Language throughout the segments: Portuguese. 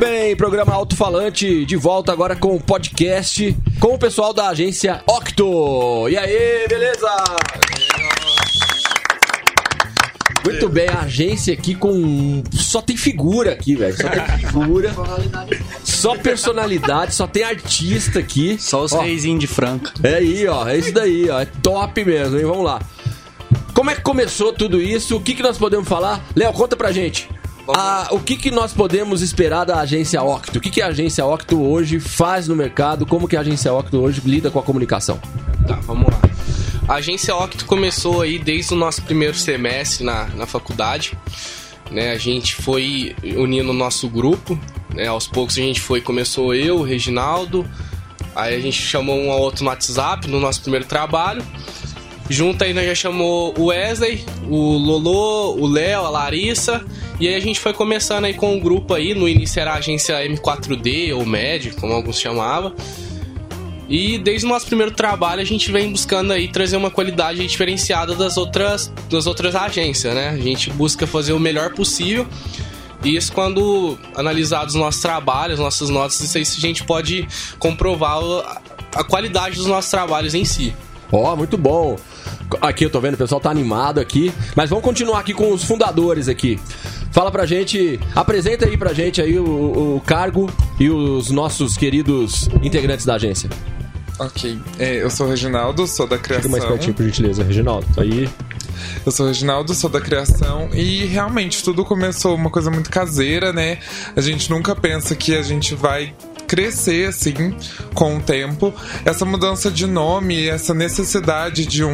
bem, programa Alto Falante de volta agora com o podcast com o pessoal da agência Octo. E aí, beleza? Muito bem, a agência aqui com... Só tem figura aqui, velho. Só tem figura. Só personalidade, só tem artista aqui. Só os reizinhos de Franca. É aí, ó. É isso daí, ó. É top mesmo, hein? Vamos lá. Como é que começou tudo isso? O que nós podemos falar? Léo, conta pra gente. O que nós podemos esperar da agência Octo? O que a agência Octo hoje faz no mercado? Como que a agência Octo hoje lida com a comunicação? Tá, vamos lá. A agência Octo começou aí desde o nosso primeiro semestre na faculdade, né? A gente foi unindo o nosso grupo, né? Aos poucos começou eu, o Reginaldo, aí a gente chamou um ao outro no WhatsApp no nosso primeiro trabalho. Junto aí nós já chamou o Wesley, o Lolo, o Léo, a Larissa, e aí a gente foi começando aí com o grupo aí. No início era a agência M4D ou MED, como alguns chamavam. E desde o nosso primeiro trabalho a gente vem buscando aí trazer uma qualidade diferenciada das outras agências, né? A gente busca fazer o melhor possível. E isso, quando analisados os nossos trabalhos, nossas notas, isso aí a gente pode comprovar a qualidade dos nossos trabalhos em si. Ó, muito bom. Aqui eu tô vendo, o pessoal tá animado aqui. Mas vamos continuar aqui com os fundadores aqui. Fala pra gente, apresenta aí pra gente aí o cargo e os nossos queridos integrantes da agência. Ok, eu sou o Reginaldo, sou da criação. Fica mais pertinho, por gentileza, Reginaldo, tá aí. Eu sou o Reginaldo, sou da criação e realmente tudo começou uma coisa muito caseira, né? A gente nunca pensa que a gente vai crescer assim com o tempo. Essa mudança de nome, essa necessidade de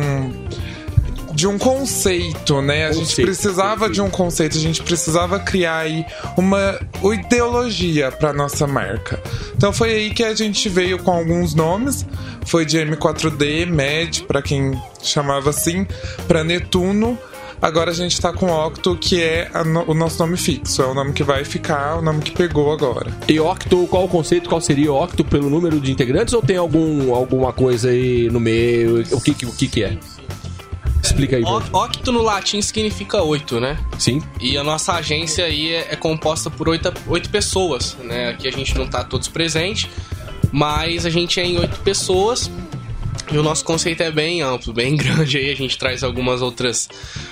um conceito, né? A gente precisava de um conceito, a gente precisava criar aí uma ideologia para nossa marca. Então foi aí que a gente veio com alguns nomes. Foi de M4D, MED, para quem chamava assim, para Netuno. Agora a gente tá com Octo, que é o nosso nome fixo. É o nome que vai ficar, o nome que pegou agora. E Octo, qual o conceito? Qual seria Octo pelo número de integrantes? Ou tem alguma coisa aí no meio? O que é? Explica aí. Octo no latim significa 8, né? Sim. E a nossa agência aí é composta por 8 pessoas, né? Aqui a gente não tá todos presentes, mas a gente é em 8 pessoas. E o nosso conceito é bem amplo, bem grande aí. A gente traz algumas outras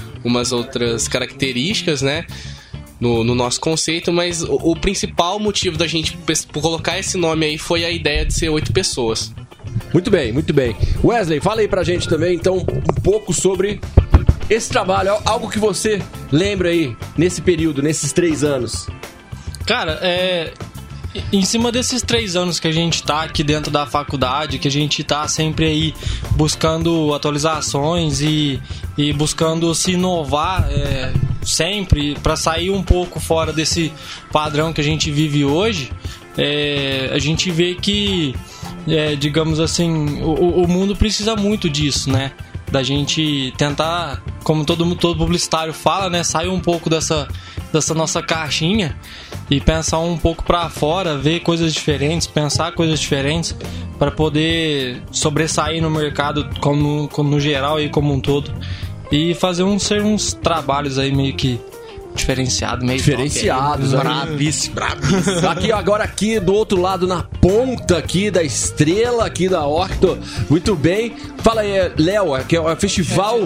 características, né? No nosso conceito, mas o principal motivo da gente colocar esse nome aí foi a ideia de ser 8 pessoas. Muito bem, muito bem. Wesley, fala aí pra gente também, então, um pouco sobre esse trabalho. Algo que você lembra aí, nesse período, nesses 3 anos. Cara, em cima desses 3 anos que a gente tá aqui dentro da faculdade, que a gente tá sempre aí buscando atualizações e buscando se inovar sempre para sair um pouco fora desse padrão que a gente vive hoje, a gente vê que, digamos assim, o mundo precisa muito disso, né? Da gente tentar, como todo publicitário fala, né? Sair um pouco dessa nossa caixinha e pensar um pouco para fora, ver coisas diferentes, pensar coisas diferentes para poder sobressair no mercado como no geral e como um todo, e fazer uns trabalhos aí meio que diferenciados, bravíssimo. Agora aqui do outro lado, na ponta aqui da estrela aqui da Octo. Muito bem. Fala aí, Léo, que é o festival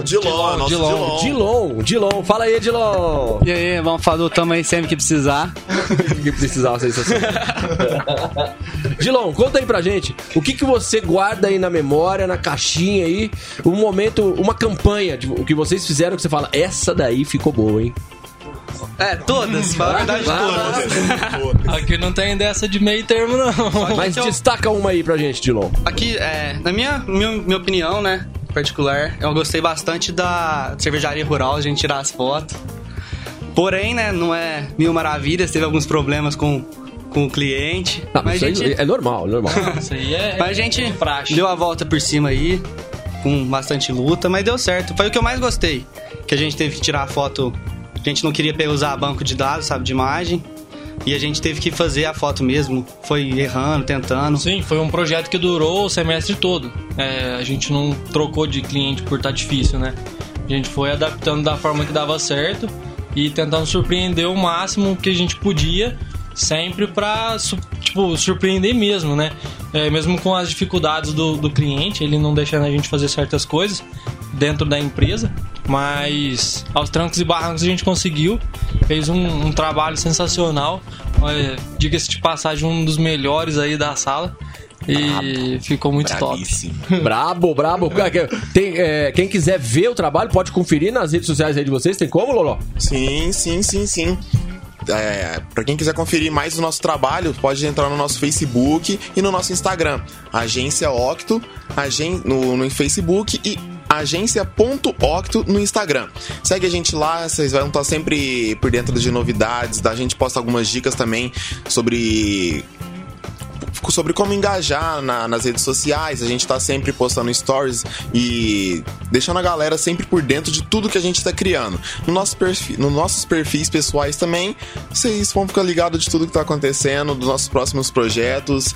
Dilon. Fala aí, Dilon. E aí, vamos falar do tamanho sempre que precisar. Que precisar, sensacional. Dilon, conta aí pra gente, o que você guarda aí na memória, na caixinha aí, um momento, uma campanha, o que vocês fizeram que você fala, essa daí ficou boa, hein? Todas, fala a verdade, todas. Aqui não tem dessa de meio termo, não. Mas destaca uma aí pra gente, Dilon. Aqui, na minha opinião, né, particular, eu gostei bastante da cervejaria rural, a gente tirar as fotos. Porém, né, não é mil maravilhas, teve alguns problemas com o cliente. Mas isso aí é normal. Isso aí mas a gente deu a volta por cima aí, com bastante luta, mas deu certo. Foi o que eu mais gostei, que a gente teve que tirar a foto. A gente não queria usar banco de dados, sabe, de imagem. E a gente teve que fazer a foto mesmo. Foi errando, tentando. Sim, foi um projeto que durou o semestre todo. A gente não trocou de cliente por estar difícil, né? A gente foi adaptando da forma que dava certo e tentando surpreender o máximo que a gente podia sempre pra, tipo, surpreender mesmo, né? Mesmo com as dificuldades do cliente, ele não deixando a gente fazer certas coisas dentro da empresa, mas aos trancos e barrancos a gente conseguiu, fez um trabalho sensacional, diga-se de passagem, um dos melhores aí da sala. E ficou muito Bravíssimo. top. Brabo. Quem quiser ver o trabalho, pode conferir nas redes sociais aí de vocês. Tem como, Loló? Sim. Pra quem quiser conferir mais do nosso trabalho, pode entrar no nosso Facebook e no nosso Instagram. Agência Octo no Facebook e agência.octo no Instagram. Segue a gente lá, vocês vão estar sempre por dentro de novidades. A gente posta algumas dicas também sobre como engajar nas redes sociais. A gente tá sempre postando stories e deixando a galera sempre por dentro de tudo que a gente tá criando. Nos nossos perfis pessoais também, vocês vão ficar ligados de tudo que tá acontecendo, dos nossos próximos projetos.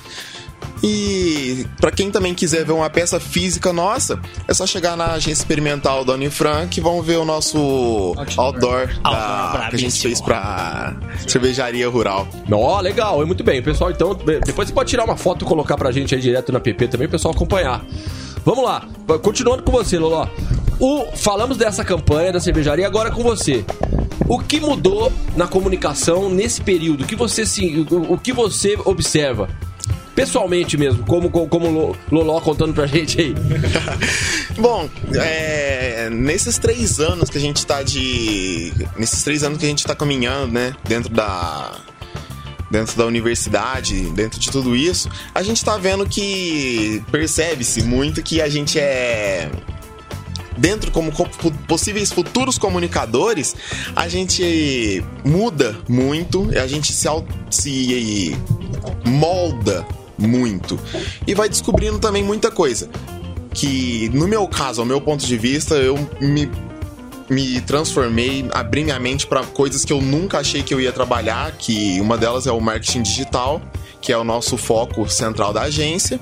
E pra quem também quiser ver uma peça física nossa, é só chegar na agência experimental da Unifran, que vão ver o nosso outdoor que a gente fez pra cervejaria rural. Ó, legal, muito bem. Pessoal, então, depois você pode tirar uma foto e colocar pra gente aí direto na PP também, o pessoal acompanhar. Vamos lá, continuando com você, Loló. Falamos dessa campanha da cervejaria, agora com você. O que mudou na comunicação nesse período? O que você observa? Pessoalmente mesmo, como o Loló contando pra gente aí. Bom, nesses 3 anos que a gente tá caminhando, né, dentro da universidade, dentro de tudo isso, a gente tá vendo que percebe-se muito que a gente dentro como possíveis futuros comunicadores, a gente muda muito, a gente se molda muito e vai descobrindo também muita coisa que, no meu caso, ao meu ponto de vista, eu me transformei, abri minha mente para coisas que eu nunca achei que eu ia trabalhar, que uma delas é o marketing digital, que é o nosso foco central da agência,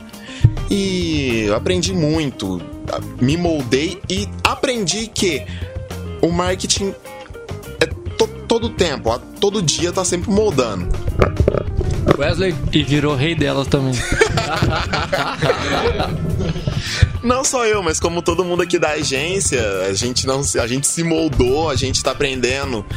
e eu aprendi muito, me moldei e aprendi que o marketing é todo tempo, todo dia tá sempre moldando. Wesley? E virou rei dela também. Não só eu, mas como todo mundo aqui da agência, a gente se moldou, a gente tá aprendendo.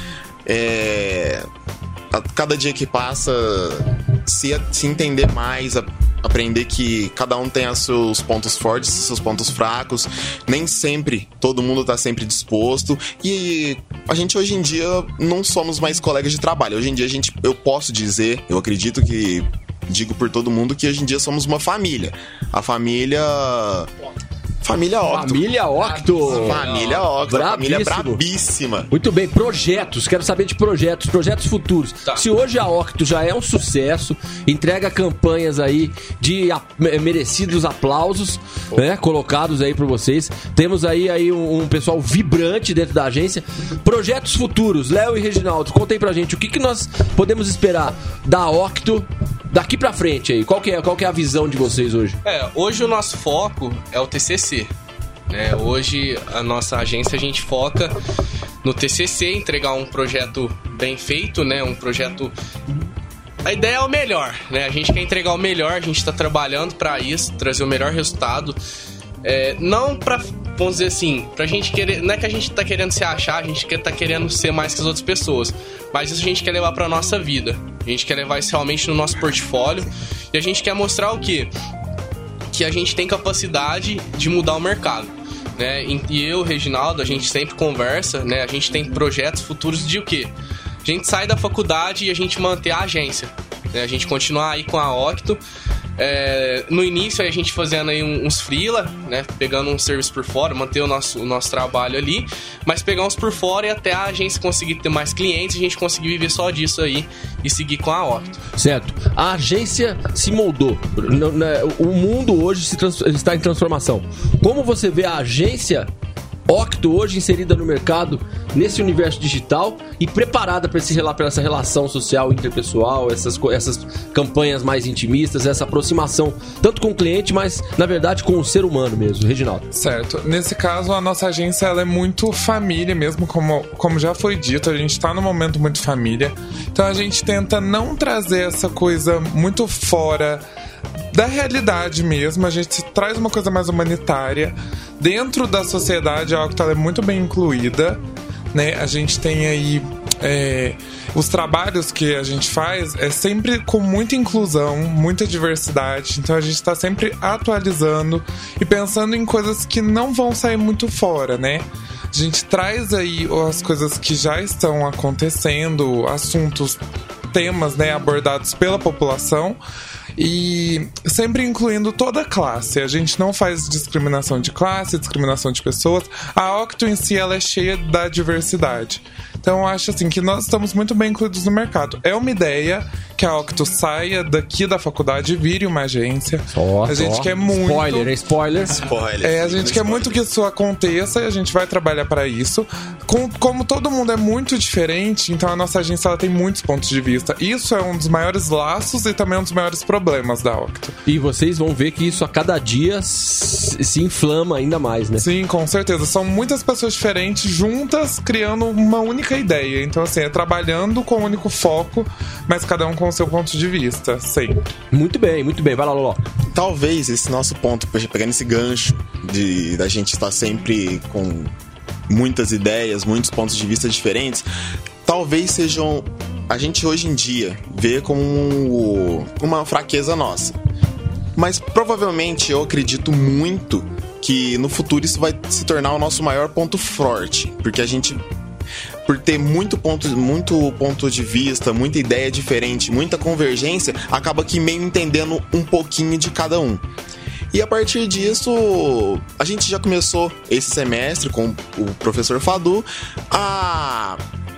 A cada dia que passa, se entender mais, aprender que cada um tem os seus pontos fortes, os seus pontos fracos. Nem sempre todo mundo tá sempre disposto. E a gente hoje em dia não somos mais colegas de trabalho. Hoje em dia eu posso dizer, eu acredito que digo por todo mundo, que hoje em dia somos uma família. A família Octo. Família Octo. Família Octo. Família brabíssima. Muito bem, projetos. Quero saber de projetos futuros. Tá. Se hoje a Octo já é um sucesso, entrega campanhas aí de merecidos aplausos, né, colocados aí por vocês. Temos aí um pessoal vibrante dentro da agência. Projetos futuros. Léo e Reginaldo, contem pra gente o que nós podemos esperar da Octo daqui pra frente aí. Qual que é a visão de vocês hoje? Hoje o nosso foco é o TCC. Hoje a nossa agência, a gente foca no TCC, entregar um projeto bem feito, né? Um projeto... A ideia é o melhor, né? A gente quer entregar o melhor, a gente tá trabalhando pra isso, trazer o melhor resultado. Não pra, vamos dizer assim, pra gente querer... Não é que a gente tá querendo se achar, a gente tá querendo ser mais que as outras pessoas. Mas isso a gente quer levar pra nossa vida. A gente quer levar isso realmente no nosso portfólio. E a gente quer mostrar o quê? Que a gente tem capacidade de mudar o mercado, né? E eu, Reginaldo, a gente sempre conversa, né? A gente tem projetos futuros de o quê? A gente sai da faculdade e a gente manter a agência, né? A gente continuar aí com a Octo. No início a gente fazendo aí uns freela, né? Pegando um serviço por fora, manter o nosso trabalho ali, mas pegar uns por fora e até a agência conseguir ter mais clientes, a gente conseguir viver só disso aí e seguir com a Octo. Certo. A agência se moldou. O mundo hoje está em transformação. Como você vê a agência Octo hoje inserida no mercado, nesse universo digital e preparada para essa relação social, interpessoal, essas campanhas mais intimistas, essa aproximação, tanto com o cliente, mas, na verdade, com o ser humano mesmo, Reginaldo? Certo. Nesse caso, a nossa agência ela é muito família mesmo, como já foi dito, a gente está num momento muito família. Então a gente tenta não trazer essa coisa muito fora da realidade mesmo, a gente traz uma coisa mais humanitária. Dentro da sociedade, a Octo é muito bem incluída, né? A gente tem aí os trabalhos que a gente faz é sempre com muita inclusão, muita diversidade. Então a gente está sempre atualizando e pensando em coisas que não vão sair muito fora, né? A gente traz aí as coisas que já estão acontecendo, assuntos, temas, né, abordados pela população, e sempre incluindo toda a classe. A gente não faz discriminação de classe, discriminação de pessoas. A Octo em si ela é cheia da diversidade. Então eu acho assim que nós estamos muito bem incluídos no mercado. É uma ideia que a Octo saia daqui da faculdade e vire uma agência. A gente quer muito... Spoiler. A gente quer muito que isso aconteça e a gente vai trabalhar para isso. Como todo mundo é muito diferente, então a nossa agência ela tem muitos pontos de vista. Isso é um dos maiores laços e também um dos maiores problemas da Octo. E vocês vão ver que isso a cada dia se inflama ainda mais, né? Sim, com certeza. São muitas pessoas diferentes juntas criando uma única ideia. Então, assim, é trabalhando com um único foco, mas cada um com o seu ponto de vista, sempre. Muito bem. Vai lá, Loló. Talvez esse nosso ponto, pegando esse gancho da gente estar sempre com muitas ideias, muitos pontos de vista diferentes, talvez sejam... A gente hoje em dia vê como uma fraqueza nossa. Mas provavelmente eu acredito muito que no futuro isso vai se tornar o nosso maior ponto forte. Porque a gente, por ter muito ponto de vista, muita ideia diferente, muita convergência, acaba que meio entendendo um pouquinho de cada um. E a partir disso, a gente já começou esse semestre com o professor Fadu a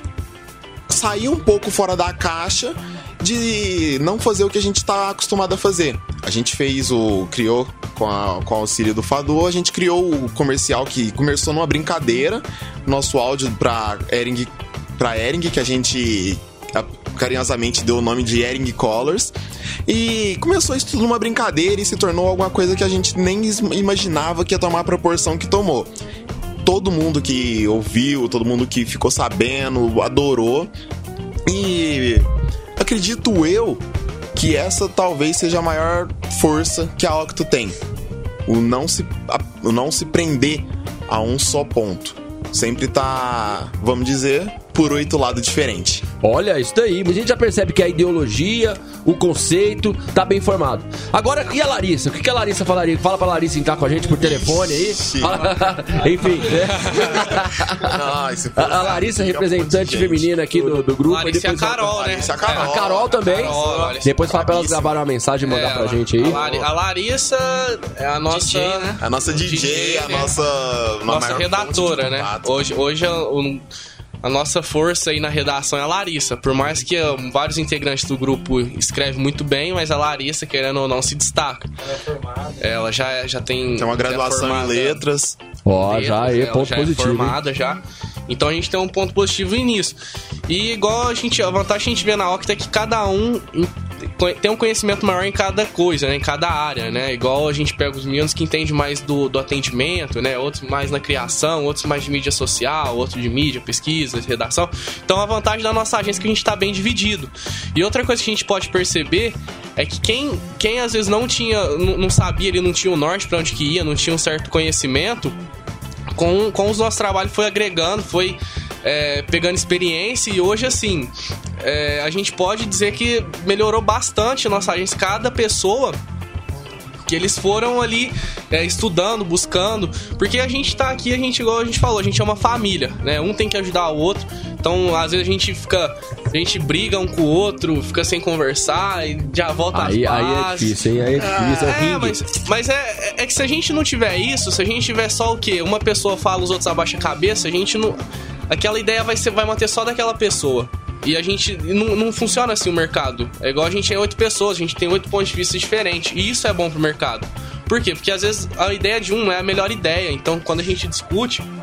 sair um pouco fora da caixa de não fazer o que a gente está acostumado a fazer. A gente criou com o auxílio do Fadu, a gente criou o comercial que começou numa brincadeira, nosso áudio para Ering, que a gente carinhosamente deu o nome de Ering Colors, e começou isso tudo numa brincadeira e se tornou alguma coisa que a gente nem imaginava que ia tomar a proporção que tomou. Todo mundo que ouviu, todo mundo que ficou sabendo, adorou. E acredito eu que essa talvez seja a maior força que a Octo tem. O não se prender a um só ponto. Sempre tá, vamos dizer, por 8 lados diferentes. Olha, isso daí. A gente já percebe que a ideologia, o conceito, tá bem formado. Agora, e a Larissa? O que a Larissa falaria? Fala pra Larissa entrar com a gente por telefone aí. Enfim, né? A Larissa, representante feminina aqui do grupo. Larissa e a Carol, né? A Carol também. Depois fala pra elas gravarem uma mensagem e mandar pra gente aí. A Larissa é a nossa DJ, né? A nossa DJ, a nossa redatora, né? Hoje a nossa força aí na redação é a Larissa. Por mais que vários integrantes do grupo escrevem muito bem, mas a Larissa, querendo ou não, se destaca. Ela é formada. Ela já tem uma graduação em letras. Já é ponto positivo. É formada já. Então a gente tem um ponto positivo nisso. E igual a vantagem que a gente vê na Octa é que cada um tem um conhecimento maior em cada coisa, né? Em cada área, né? Igual a gente pega os meninos que entendem mais do atendimento, né? Outros mais na criação, outros mais de mídia social, outros de mídia, pesquisa, redação. Então a vantagem da nossa agência é que a gente tá bem dividido. E outra coisa que a gente pode perceber é que quem às vezes não sabia, ele não tinha o norte pra onde que ia, não tinha um certo conhecimento, com os nossos trabalhos foi agregando, foi pegando experiência, e hoje assim a gente pode dizer que melhorou bastante a nossa agência. Cada pessoa que eles foram ali estudando, buscando, porque a gente tá aqui, igual a gente falou, a gente é uma família, né? Um tem que ajudar o outro. Então às vezes a gente briga um com o outro, fica sem conversar e já volta às bases. Aí é difícil, hein? Aí é difícil, mas é que se a gente não tiver isso, se a gente tiver só o quê? Uma pessoa fala, os outros abaixam a cabeça, a gente não... Aquela ideia vai manter só daquela pessoa. E a gente... Não funciona assim o mercado. É igual a gente tem 8 pessoas, a gente tem 8 pontos de vista diferentes. E isso é bom pro mercado. Por quê? Porque às vezes a ideia de um é a melhor ideia. Então quando a gente discute,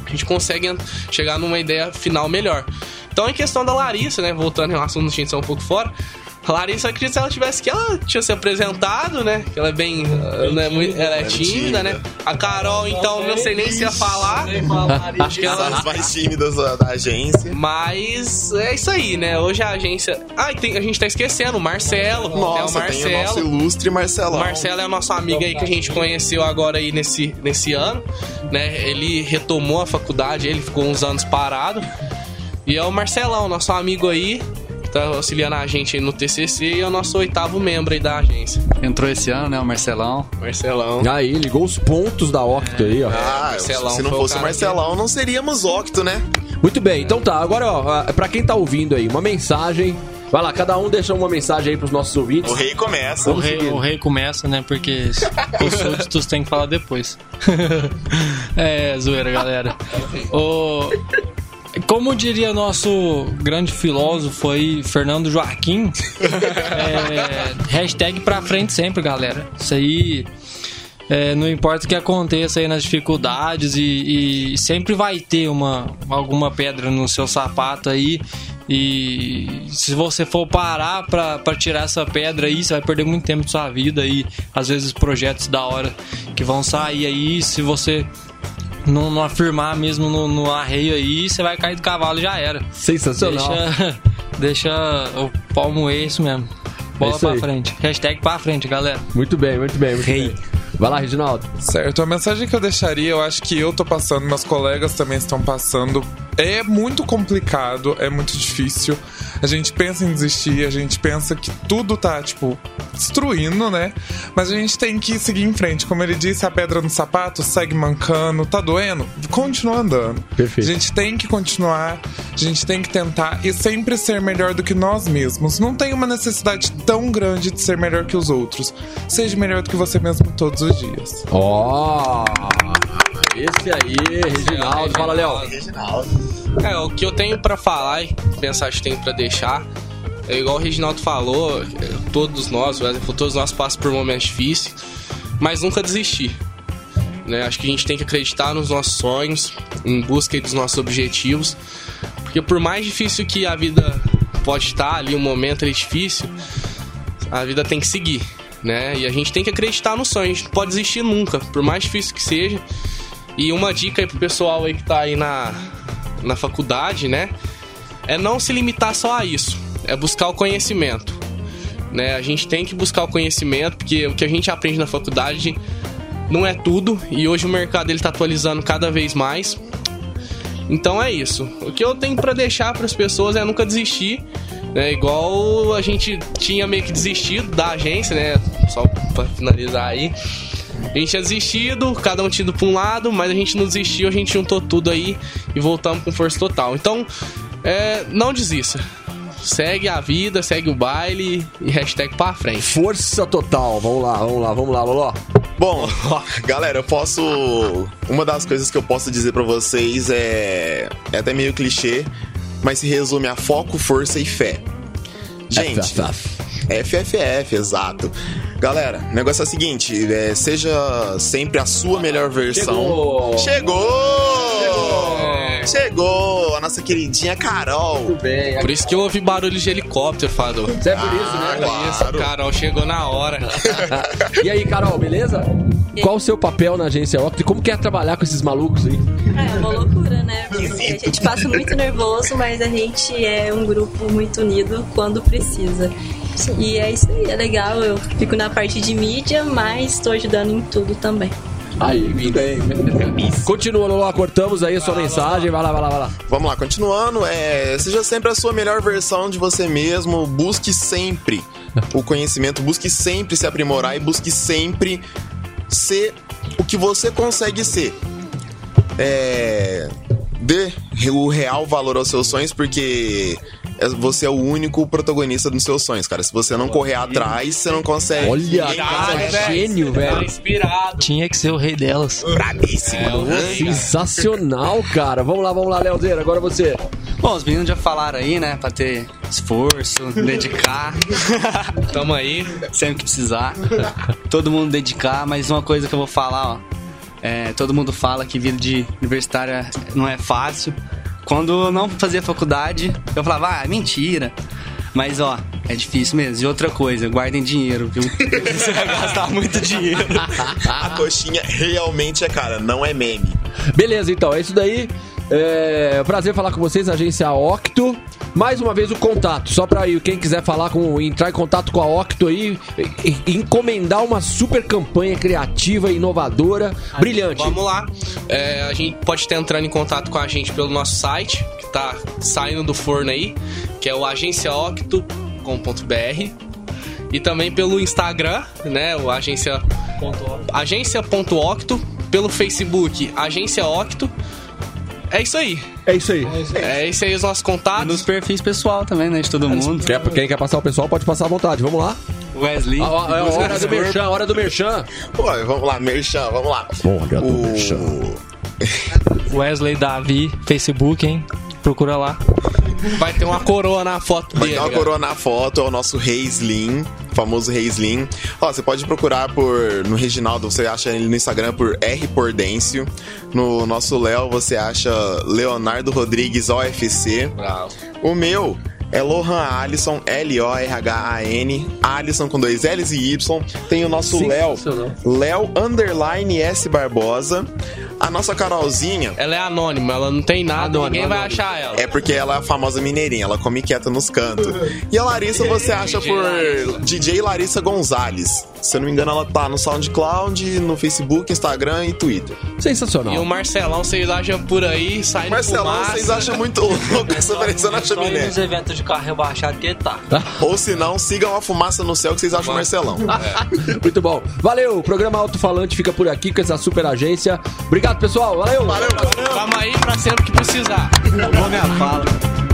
a gente consegue chegar numa ideia final melhor. Então, em questão da Larissa, né, voltando em um assunto, a gente tá um pouco fora, a Larissa, eu acredito que se ela tivesse que ela tinha se apresentado, né? Que ela é bem. Ela é tímida, né? A Carol, então, não sei nem se ia falar. Acho que ela. As mais tímidas da agência. Mas é isso aí, né? Hoje a agência. Ah, a gente tá esquecendo o Marcelo. Nossa, tem o nosso ilustre Marcelão. O Marcelo é o nosso amigo aí que a gente conheceu agora aí nesse ano, né? Ele retomou a faculdade, ele ficou uns anos parado. E é o Marcelão, nosso amigo aí. Tá auxiliando a gente aí no TCC e é o nosso 8º membro aí da agência. Entrou esse ano, né, o Marcelão. Aí, ligou os pontos da Octo aí, ó. Marcelão, se não fosse o Marcelão, não seríamos Octo, né? Muito bem, então tá, agora, ó, pra quem tá ouvindo aí, uma mensagem. Vai lá, cada um deixa uma mensagem aí pros nossos ouvintes. O rei começa. O rei começa, né, porque os súditos têm que falar depois. Zoeira, galera. Como diria nosso grande filósofo aí, Fernando Joaquim, hashtag pra frente sempre, galera. Isso aí, não importa o que aconteça aí nas dificuldades e sempre vai ter alguma pedra no seu sapato aí. E se você for parar pra tirar essa pedra aí, você vai perder muito tempo de sua vida e às vezes projetos da hora que vão sair aí, se você não afirmar mesmo no arreio aí, você vai cair do cavalo e já era. Sensacional. Deixa o pau moer, isso mesmo. Bola pra frente. Hashtag pra frente, galera. Muito bem. Rei. Vai lá, Reginaldo. Certo, a mensagem que eu deixaria, eu acho que eu tô passando, meus colegas também estão passando. É muito complicado, é muito difícil. A gente pensa em desistir, a gente pensa que tudo tá, destruindo, né? Mas a gente tem que seguir em frente. Como ele disse, a pedra no sapato segue mancando, tá doendo, continua andando. Perfeito. A gente tem que continuar, a gente tem que tentar e sempre ser melhor do que nós mesmos. Não tem uma necessidade tão grande de ser melhor que os outros. Seja melhor do que você mesmo todos os dias. Esse aí, Reginaldo. Fala, Léo. O que eu tenho pra falar e mensagem que tenho pra deixar é igual o Reginaldo falou, todos nós passamos por momentos difíceis, mas nunca desistir, né? Acho que a gente tem que acreditar nos nossos sonhos, em busca dos nossos objetivos, porque por mais difícil que a vida pode estar ali, um momento ali difícil, a vida tem que seguir, né? E a gente tem que acreditar no sonho, a gente não pode desistir nunca, por mais difícil que seja. E uma dica aí pro pessoal aí que tá aí na faculdade, né? É não se limitar só a isso. É buscar o conhecimento, né? A gente tem que buscar o conhecimento, porque o que a gente aprende na faculdade não é tudo. E hoje o mercado ele tá atualizando cada vez mais. Então é isso. O que eu tenho pra deixar pras pessoas é nunca desistir, né? Igual a gente tinha meio que desistido da agência, né? Só pra finalizar aí. A gente tinha desistido, cada um tinha ido pra um lado, mas a gente não desistiu, a gente juntou tudo aí e voltamos com força total. Então, não desista. Segue a vida, segue o baile e hashtag pra frente. Força total. Vamos lá, Loló. Bom, galera, uma das coisas que eu posso dizer pra vocês é até meio clichê, mas se resume a foco, força e fé. Gente, FFF, exato. Galera, o negócio é o seguinte, seja sempre a sua melhor versão. Chegou! A nossa queridinha Carol. Muito bem. Por isso que eu ouvi barulho de helicóptero, Fador. Isso é por isso, né? Claro. Carol chegou na hora. E aí, Carol, beleza? Qual o seu papel na agência Octo e como que é trabalhar com esses malucos aí? É uma loucura, né? Porque a gente passa muito nervoso, mas a gente é um grupo muito unido quando precisa. E é isso aí, é legal. Eu fico na parte de mídia, mas estou ajudando em tudo também. Aí, muito bem. Continua, Loló, cortamos aí a sua mensagem. Vai lá. Vamos lá, continuando. Seja sempre a sua melhor versão de você mesmo. Busque sempre o conhecimento, busque sempre se aprimorar e busque sempre ser o que você consegue ser. Dê o real valor aos seus sonhos, porque você é o único protagonista dos seus sonhos, cara. Se você não correr atrás, você não consegue. Olha, cara, gênio, velho. Inspirado. Tinha que ser o rei delas. Bravíssimo. Sensacional, cara. Vamos lá, Leozeira, agora você. Bom, os meninos já falaram aí, né? Pra ter esforço, dedicar. Tamo aí. Sempre que precisar. Todo mundo dedicar, mas uma coisa que eu vou falar, ó. Todo mundo fala que vida de universitária não é fácil. Quando eu não fazia faculdade, eu falava, mentira. Mas, é difícil mesmo. E outra coisa, guardem dinheiro, viu? Você vai gastar muito dinheiro. A coxinha realmente é cara, não é meme. Beleza, então, é isso daí. Prazer falar com vocês, Agência Octo. Mais uma vez o contato, só pra quem quiser entrar em contato com a Octo aí, encomendar uma super campanha criativa, inovadora, brilhante. Vamos lá. A gente pode estar entrando em contato com a gente pelo nosso site, que tá saindo do forno aí, que é o agenciaocto.com.br, e também pelo Instagram, né, o agência.octo, pelo Facebook, Agência Octo. É isso aí. É isso aí os nossos contatos. E nos perfis pessoal também, né? De todo mundo. Quem quer passar o pessoal, pode passar à vontade. Vamos lá. Wesley. Hora do merchan. Pô, vamos lá, merchan, vamos lá. Hora do merchan. Wesley Davi, Facebook, hein? Procura lá. Vai ter uma coroa na foto dele. Vai ter uma coroa na foto, é o nosso Rei Slim, famoso Rei Slim. Você pode procurar no Reginaldo, você acha ele no Instagram por R Pordêncio. No nosso Léo, você acha Leonardo Rodrigues OFC. Bravo. O meu é Lohan Alisson, L-O-R-H-A-N, Alisson com 2 L's e Y. Tem o nosso Léo _S Barbosa. A nossa Carolzinha... Ela é anônima, ela não tem nada, ninguém vai achar ela. É porque ela é a famosa mineirinha, ela come quieta nos cantos. E a Larissa você acha por DJ Larissa Gonzalez. Se eu não me engano, ela tá no SoundCloud, no Facebook, Instagram e Twitter. Sensacional. E o Marcelão, vocês acham por aí, sai no fumaça. Marcelão, vocês acham muito louco, essa parecendo a chaminé. Só nos eventos de carro rebaixado que ele tá. Ou se não, sigam a fumaça no céu que vocês acham Marcelão. Muito bom. Valeu, o programa Alto Falante fica por aqui com essa super agência. Obrigado, pessoal. Valeu. Vamos aí pra sempre que precisar. Vou minha fala.